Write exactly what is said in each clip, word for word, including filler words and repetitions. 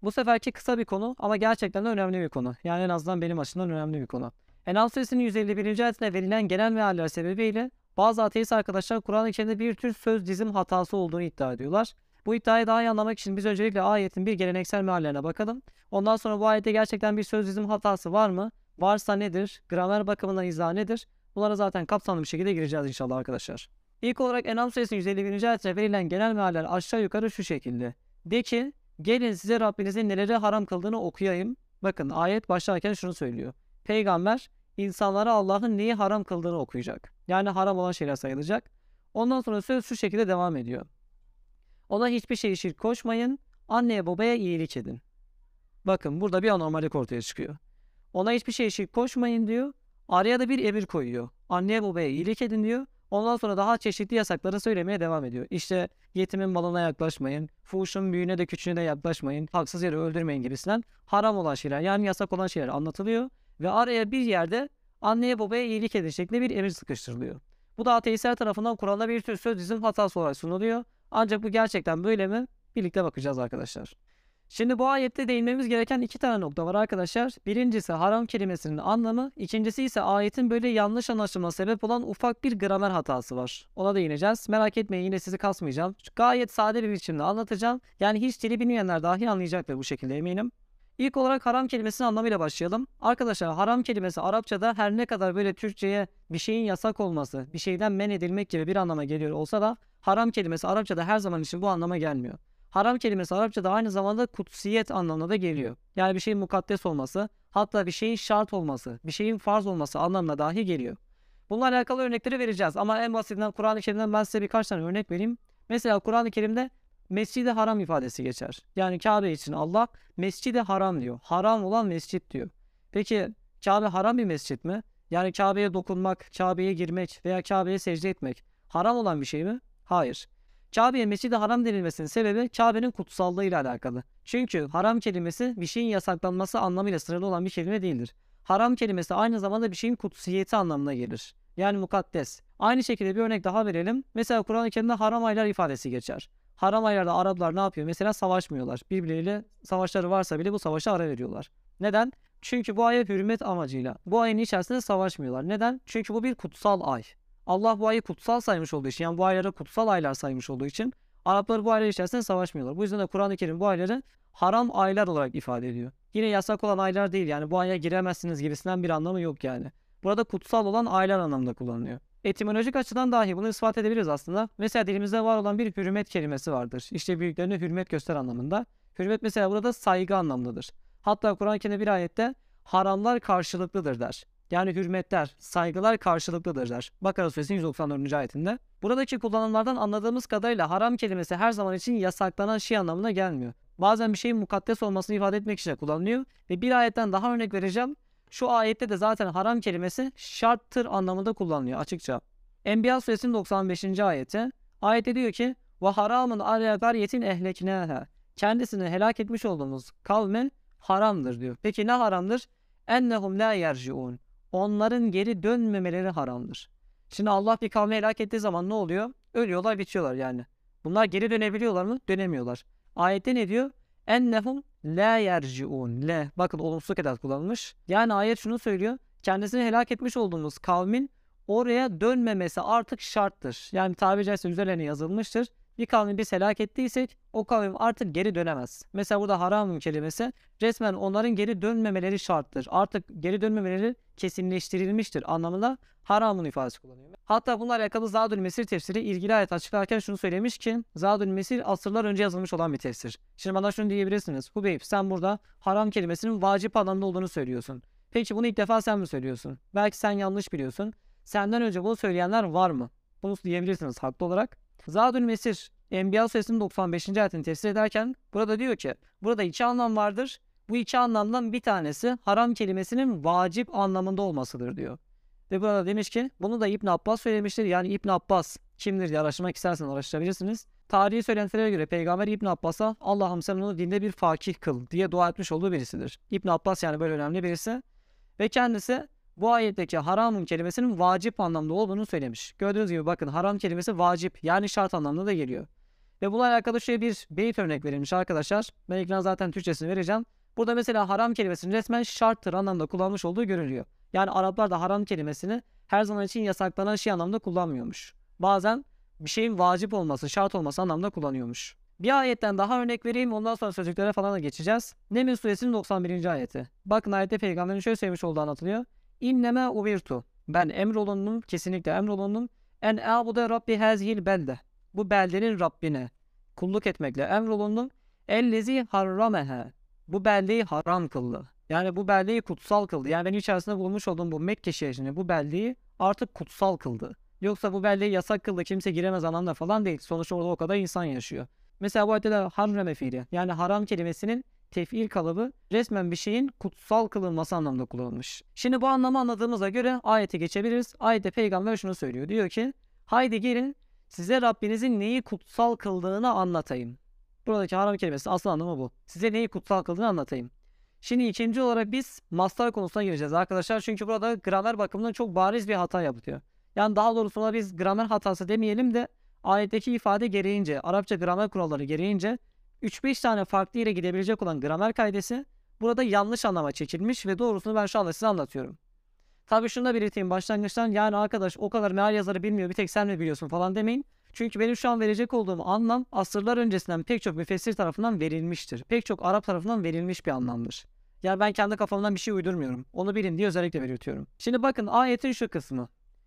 Bu seferki kısa bir konu ama gerçekten de önemli bir konu. Yani en azından benim açımdan önemli bir konu. En'am suresinin yüz elli birinci ayetinde verilen genel mealler sebebiyle bazı ateist arkadaşlar Kur'an-ı Kerim'de bir tür söz dizim hatası olduğunu iddia ediyorlar. Bu iddiayı daha iyi anlamak için biz öncelikle ayetin bir geleneksel meallerine bakalım. Ondan sonra bu ayette gerçekten bir söz dizim hatası var mı? Varsa nedir? Gramer bakımından izah nedir? Bunlara zaten kapsamlı bir şekilde gireceğiz inşallah arkadaşlar. İlk olarak En'am suresinin yüz elli birinci ayetinde verilen genel mealler aşağı yukarı şu şekilde. De ki, gelin size Rabbinizin neleri haram kıldığını okuyayım. Bakın ayet başlarken şunu söylüyor. Peygamber insanlara Allah'ın neyi haram kıldığını okuyacak. Yani haram olan şeyler sayılacak. Ondan sonra söz şu şekilde devam ediyor. Ona hiçbir şey şirk koşmayın. Anneye babaya iyilik edin. Bakın burada bir anormallik ortaya çıkıyor. Ona hiçbir şey şirk koşmayın diyor. Araya da bir emir koyuyor. Anneye babaya iyilik edin diyor. Ondan sonra daha çeşitli yasakları söylemeye devam ediyor. İşte yetimin malına yaklaşmayın, fuhuşun büyüğüne de küçüğüne de yaklaşmayın, haksız yere öldürmeyin gibisinden haram olan şeyler, yani yasak olan şeyler anlatılıyor. Ve araya bir yerde anneye babaya iyilik edin şeklinde bir emir sıkıştırılıyor. Bu da ateistler tarafından Kur'an'da bir tür söz dizim hatası olarak sunuluyor. Ancak bu gerçekten böyle mi? Birlikte bakacağız arkadaşlar. Şimdi bu ayette değinmemiz gereken iki tane nokta var arkadaşlar. Birincisi haram kelimesinin anlamı, ikincisi ise ayetin böyle yanlış anlaşılma sebep olan ufak bir gramer hatası var. Ona değineceğiz. Merak etmeyin, yine sizi kasmayacağım. Gayet sade bir biçimde anlatacağım. Yani hiç dili bilmeyenler dahi anlayacaktır bu şekilde, eminim. İlk olarak haram kelimesinin anlamıyla başlayalım. Arkadaşlar haram kelimesi Arapçada her ne kadar böyle Türkçe'ye bir şeyin yasak olması, bir şeyden men edilmek gibi bir anlama geliyor olsa da haram kelimesi Arapçada her zaman için bu anlama gelmiyor. Haram kelimesi Arapçada aynı zamanda kutsiyet anlamına da geliyor. Yani bir şeyin mukaddes olması, hatta bir şeyin şart olması, bir şeyin farz olması anlamına dahi geliyor. Bununla alakalı örnekleri vereceğiz ama en basitinden Kur'an-ı Kerim'den ben size birkaç tane örnek vereyim. Mesela Kur'an-ı Kerim'de Mescid-i Haram ifadesi geçer. Yani Kabe için Allah Mescid-i Haram diyor. Haram olan mescit diyor. Peki Kabe haram bir mescit mi? Yani Kabe'ye dokunmak, Kabe'ye girmek veya Kabe'ye secde etmek haram olan bir şey mi? Hayır. Kabe'ye Mescid-i Haram denilmesinin sebebi Kabe'nin kutsallığı ile alakalı. Çünkü haram kelimesi bir şeyin yasaklanması anlamıyla sınırlı olan bir kelime değildir. Haram kelimesi aynı zamanda bir şeyin kutsiyeti anlamına gelir. Yani mukaddes. Aynı şekilde bir örnek daha verelim. Mesela Kur'an-ı Kerim'de haram aylar ifadesi geçer. Haram aylarda Araplar ne yapıyor? Mesela savaşmıyorlar. Birbirleriyle savaşları varsa bile bu savaşa ara veriyorlar. Neden? Çünkü bu aya hürmet amacıyla. Bu ayın içerisinde savaşmıyorlar. Neden? Çünkü bu bir kutsal ay. Allah bu ayı kutsal saymış olduğu için, yani bu ayları kutsal aylar saymış olduğu için Araplar bu aylar içerisinde savaşmıyorlar. Bu yüzden de Kur'an-ı Kerim bu ayları haram aylar olarak ifade ediyor. Yine yasak olan aylar değil, yani bu aya giremezsiniz gibisinden bir anlamı yok yani. Burada kutsal olan aylar anlamında kullanılıyor. Etimolojik açıdan dahi bunu ispat edebiliriz aslında. Mesela dilimizde var olan bir hürmet kelimesi vardır. İşte büyüklerine hürmet göster anlamında. Hürmet mesela burada saygı anlamındadır. Hatta Kur'an-ı Kerim'de bir ayette haramlar karşılıklıdır der. Yani hürmetler, saygılar karşılıklıdır der. Bakara suresinin yüz doksan dördüncü ayetinde. Buradaki kullanımlardan anladığımız kadarıyla haram kelimesi her zaman için yasaklanan şey anlamına gelmiyor. Bazen bir şeyin mukaddes olmasını ifade etmek için de kullanılıyor. Ve bir ayetten daha örnek vereceğim. Şu ayette de zaten haram kelimesi şarttır anlamında kullanılıyor açıkça. Enbiya suresinin doksan beşinci ayeti. Ayette diyor ki ve haramun alâ qaryetin ehleknâhâ. Kendisini helak etmiş olduğumuz kavmin haramdır diyor. Peki ne haramdır? Ennehum la yerciun. Onların geri dönmemeleri haramdır. Şimdi Allah bir kavmi helak ettiği zaman ne oluyor? Ölüyorlar, bitiyorlar yani. Bunlar geri dönebiliyorlar mı? Dönemiyorlar. Ayette ne diyor? Ennehum la yerciun. Le. Bakın olumsuz edat kullanılmış. Yani ayet şunu söylüyor. Kendisini helak etmiş olduğumuz kavmin oraya dönmemesi artık şarttır. Yani tabiri caizse üzerlerine yazılmıştır. Bir kavmi biz helak ettiysek o kavim artık geri dönemez. Mesela burada haram kelimesi resmen onların geri dönmemeleri şarttır. Artık geri dönmemeleri kesinleştirilmiştir anlamında haramın ifadesi kullanıyor. Hatta bununla alakalı Zadül Mesir tefsiri ilgili ayet açıklarken şunu söylemiş ki Zadül Mesir asırlar önce yazılmış olan bir tefsir. Şimdi bana şunu diyebilirsiniz. Hubeyb, sen burada haram kelimesinin vacip anlamda olduğunu söylüyorsun. Peki bunu ilk defa sen mi söylüyorsun? Belki sen yanlış biliyorsun. Senden önce bunu söyleyenler var mı? Bunu diyebilirsiniz haklı olarak. Zadül Mesir Enbiya suresinin doksan beşinci ayetini tefsir ederken burada diyor ki burada iki anlam vardır. Bu iki anlamdan bir tanesi haram kelimesinin vacip anlamında olmasıdır diyor. Ve burada demiş ki bunu da İbn Abbas söylemiştir. Yani İbn Abbas kimdir diye araştırmak isterseniz araştırabilirsiniz. Tarihi söylentilere göre Peygamber İbn Abbas'a Allah'ım sen onu dinde bir fakih kıl diye dua etmiş olduğu birisidir. İbn Abbas yani böyle önemli birisi. Ve kendisi bu ayetteki haramın kelimesinin vacip anlamda olduğunu söylemiş. Gördüğünüz gibi bakın haram kelimesi vacip yani şart anlamında da geliyor. Ve bununla alakalı şöyle bir beyit örnek verilmiş arkadaşlar. Ben ekrana zaten Türkçesini vereceğim. Burada mesela haram kelimesinin resmen şarttır anlamda kullanmış olduğu görülüyor. Yani Araplar da haram kelimesini her zaman için yasaklanan şey anlamda kullanmıyormuş. Bazen bir şeyin vacip olması, şart olması anlamda kullanıyormuş. Bir ayetten daha örnek vereyim, ondan sonra sözcüklere falan da geçeceğiz. Neml suresinin doksan birinci ayeti. Bakın ayette peygamberin şöyle söylemiş olduğu anlatılıyor. İnneme uvirtu. Ben emrolundum, kesinlikle emrolundum. En a'bude rabbi hazihil belde. Bu beldenin Rabbine kulluk etmekle emrolundum. Ellezi harrameha. Bu beldeyi haram kıldı. Yani bu beldeyi kutsal kıldı. Yani benim içerisinde bulunmuş olduğum bu Mekke şehrini, bu beldeyi artık kutsal kıldı. Yoksa bu beldeyi yasak kıldı, kimse giremez anlamda falan değil. Sonuçta orada o kadar insan yaşıyor. Mesela bu ayette de harreme fiili, yani haram kelimesinin tef'il kalıbı resmen bir şeyin kutsal kılınması anlamda kullanılmış. Şimdi bu anlamı anladığımıza göre ayete geçebiliriz. Ayette peygamber şunu söylüyor. Diyor ki haydi gelin size Rabbinizin neyi kutsal kıldığını anlatayım. Buradaki haram kelimesi asıl anlamı bu. Size neyi kutsal kıldığını anlatayım. Şimdi ikinci olarak biz mastar konusuna gireceğiz arkadaşlar. Çünkü burada gramer bakımından çok bariz bir hata yapılıyor. Yani daha doğrusu ona biz gramer hatası demeyelim de ayetteki ifade gereğince, Arapça gramer kuralları gereğince üç beş tane farklı yere gidebilecek olan gramer kaidesi burada yanlış anlama çekilmiş ve doğrusunu ben şu anda size anlatıyorum. Tabii şunu da belirteyim başlangıçtan, yani arkadaş o kadar meal yazarı bilmiyor, bir tek sen mi biliyorsun falan demeyin. Çünkü benim şu an verecek olduğum anlam asırlar öncesinden pek çok müfessir tarafından verilmiştir. Pek çok Arap tarafından verilmiş bir anlamdır. Yani ben kendi kafamdan bir şey uydurmuyorum. Onu bilin diye özellikle belirtiyorum. Şimdi bakın ayetin şu kısmı.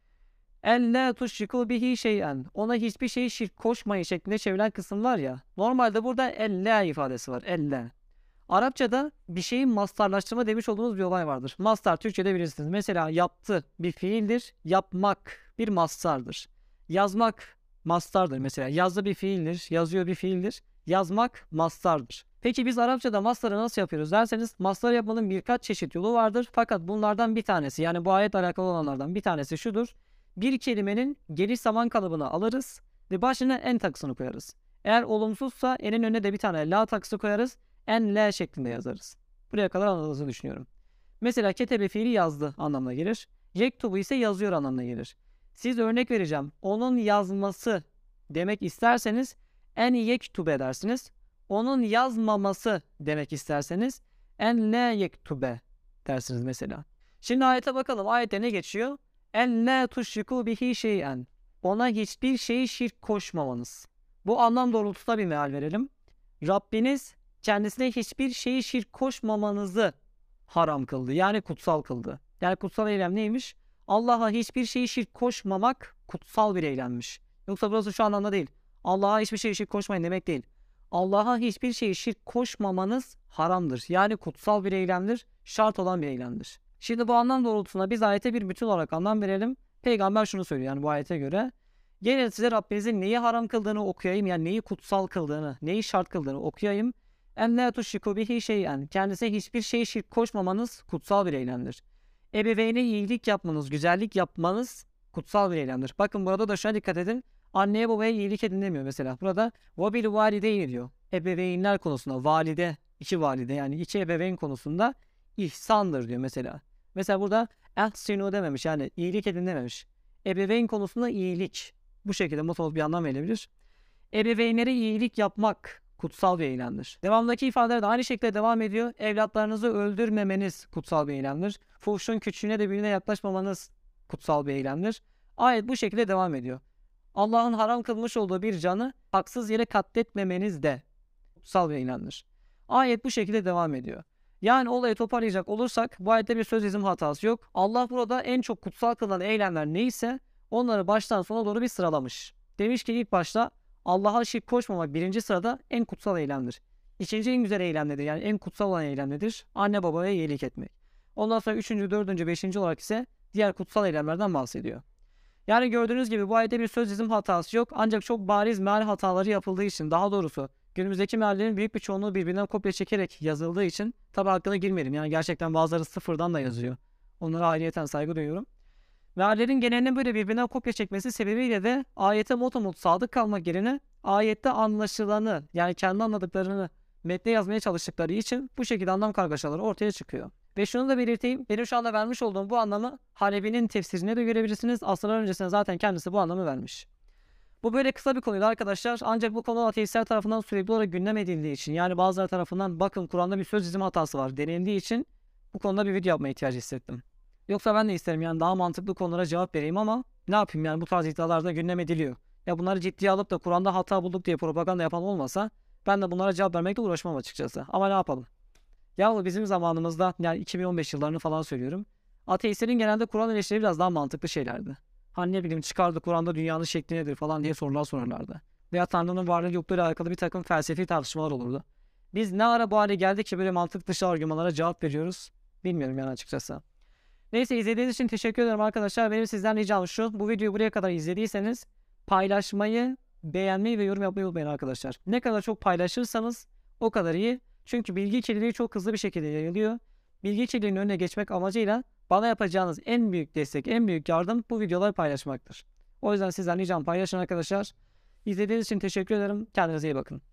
En la tuşriku bihi şey'en. Ona hiçbir şey şirk koşmayın şeklinde çevrilen kısım var ya. Normalde burada en la ifadesi var. En la. Arapçada bir şeyin mastarlaştırma demiş olduğumuz bir olay vardır. Mastar Türkçe'de bilirsiniz. Mesela yaptı bir fiildir. Yapmak bir mastardır. Yazmak mastardır mesela. Yazdı bir fiildir. Yazıyor bir fiildir. Yazmak mastardır. Peki biz Arapçada mastarı nasıl yapıyoruz derseniz, mastar yapmanın birkaç çeşit yolu vardır. Fakat bunlardan bir tanesi, yani bu ayetle alakalı olanlardan bir tanesi şudur. Bir kelimenin geniş zaman kalıbını alırız ve başına en taksını koyarız. Eğer olumsuzsa enin önüne de bir tane la taksı koyarız. En la şeklinde yazarız. Buraya kadar anladığınızı düşünüyorum. Mesela ketebe fiili yazdı anlamına gelir. Yektubu ise yazıyor anlamına gelir. Siz örnek vereceğim. Onun yazması demek isterseniz en yektube dersiniz. Onun yazmaması demek isterseniz en la yektube dersiniz mesela. Şimdi ayete bakalım. Ayette ne geçiyor? En la tuşriku bihi şey'en. Ona hiçbir şeyi şirk koşmamanız. Bu anlam doğrultusunda bir meal verelim. Rabbiniz kendisine hiçbir şeyi şirk koşmamanızı haram kıldı. Yani kutsal kıldı. Yani kutsal eylem neymiş? Allah'a hiçbir şeyi şirk koşmamak kutsal bir eylemmiş. Yoksa burası şu anlamda değil. Allah'a hiçbir şeyi şirk koşmayın demek değil. Allah'a hiçbir şeyi şirk koşmamanız haramdır. Yani kutsal bir eylemdir. Şart olan bir eylemdir. Şimdi bu anlam doğrultusunda biz ayete bir bütün olarak anlam verelim. Peygamber şunu söylüyor yani bu ayete göre. Gelin size Rabbinizin neyi haram kıldığını okuyayım. Yani neyi kutsal kıldığını, neyi şart kıldığını okuyayım. En la tuşriku bihi şey'en. Kendisine hiçbir şey şirk koşmamanız kutsal bir eylemdir. Ebeveyne iyilik yapmanız, güzellik yapmanız kutsal bir eylemdir. Bakın burada da şuna dikkat edin. Anneye babaya iyilik edin demiyor mesela. Burada vabil valideyni diyor. Ebeveynler konusunda valide, iki valide yani iki ebeveyn konusunda ihsandır diyor mesela. Mesela burada ehsinu dememiş, yani iyilik edin dememiş. Ebeveyn konusunda iyilik. Bu şekilde motomot bir anlam verilebilir. Ebeveynlere iyilik yapmak kutsal bir eylemdir. Devamdaki ifadeler de aynı şekilde devam ediyor. Evlatlarınızı öldürmemeniz kutsal bir eylemdir. Fuhşun küçüğüne de büyüğüne yaklaşmamanız kutsal bir eylemdir. Ayet bu şekilde devam ediyor. Allah'ın haram kılmış olduğu bir canı haksız yere katletmemeniz de kutsal bir eylemdir. Ayet bu şekilde devam ediyor. Yani olayı toparlayacak olursak bu ayette bir söz dizim hatası yok. Allah burada en çok kutsal kılan eylemler neyse onları baştan sona doğru bir sıralamış. Demiş ki ilk başta Allah'a şirk koşmamak birinci sırada en kutsal eylemdir. İkinci en güzel eylem nedir? Yani en kutsal olan eylem nedir? Anne babaya iyilik etmek. Ondan sonra üçüncü, dördüncü, beşinci olarak ise diğer kutsal eylemlerden bahsediyor. Yani gördüğünüz gibi bu ayette bir söz dizim hatası yok. Ancak çok bariz meal hataları yapıldığı için, daha doğrusu günümüzdeki meallerin büyük bir çoğunluğu birbirinden kopya çekerek yazıldığı için tabi hakkına girmeyelim. Yani gerçekten bazıları sıfırdan da yazıyor. Onlara ayrıyeten saygı duyuyorum. Meallerin genelinin böyle birbirinden kopya çekmesi sebebiyle de ayete motomot sadık kalmak yerine ayette anlaşılanı, yani kendi anladıklarını metne yazmaya çalıştıkları için bu şekilde anlam kargaşaları ortaya çıkıyor. Ve şunu da belirteyim. Benim şu anda vermiş olduğum bu anlamı Halebi'nin tefsirine de görebilirsiniz. Asırlar öncesinde zaten kendisi bu anlamı vermiş. Bu böyle kısa bir konuydu arkadaşlar. Ancak bu konu ateistler tarafından sürekli olarak gündem edildiği için, yani bazıları tarafından bakın Kur'an'da bir söz dizimi hatası var denildiği için bu konuda bir video yapmaya ihtiyacı hissettim. Yoksa ben de isterim yani daha mantıklı konulara cevap vereyim ama ne yapayım, yani bu tarz iddialarda gündem ediliyor. Ya bunları ciddiye alıp da Kur'an'da hata bulduk diye propaganda yapan olmasa ben de bunlara cevap vermekle uğraşmam açıkçası. Ama ne yapalım? Yahu bizim zamanımızda, yani iki bin on beş yıllarını falan söylüyorum, ateistlerin genelde Kur'an eleştiri biraz daha mantıklı şeylerdi. Hani ne bileyim, çıkardı Kur'an'da dünyanın şekli nedir falan diye sorular sorarlardı. Veya Tanrı'nın varlığı yokluğu ile alakalı bir takım felsefi tartışmalar olurdu. Biz ne ara bu hale geldik ki böyle mantık dışı argümanlara cevap veriyoruz? Bilmiyorum yani açıkçası. Neyse, izlediğiniz için teşekkür ederim arkadaşlar. Benim sizden ricam şu: bu videoyu buraya kadar izlediyseniz paylaşmayı, beğenmeyi ve yorum yapmayı unutmayın arkadaşlar. Ne kadar çok paylaşırsanız o kadar iyi. Çünkü bilgi kirliliği çok hızlı bir şekilde yayılıyor. Bilgi kirliliğinin önüne geçmek amacıyla bana yapacağınız en büyük destek, en büyük yardım bu videoları paylaşmaktır. O yüzden sizden ricam, paylaşın arkadaşlar. İzlediğiniz için teşekkür ederim. Kendinize iyi bakın.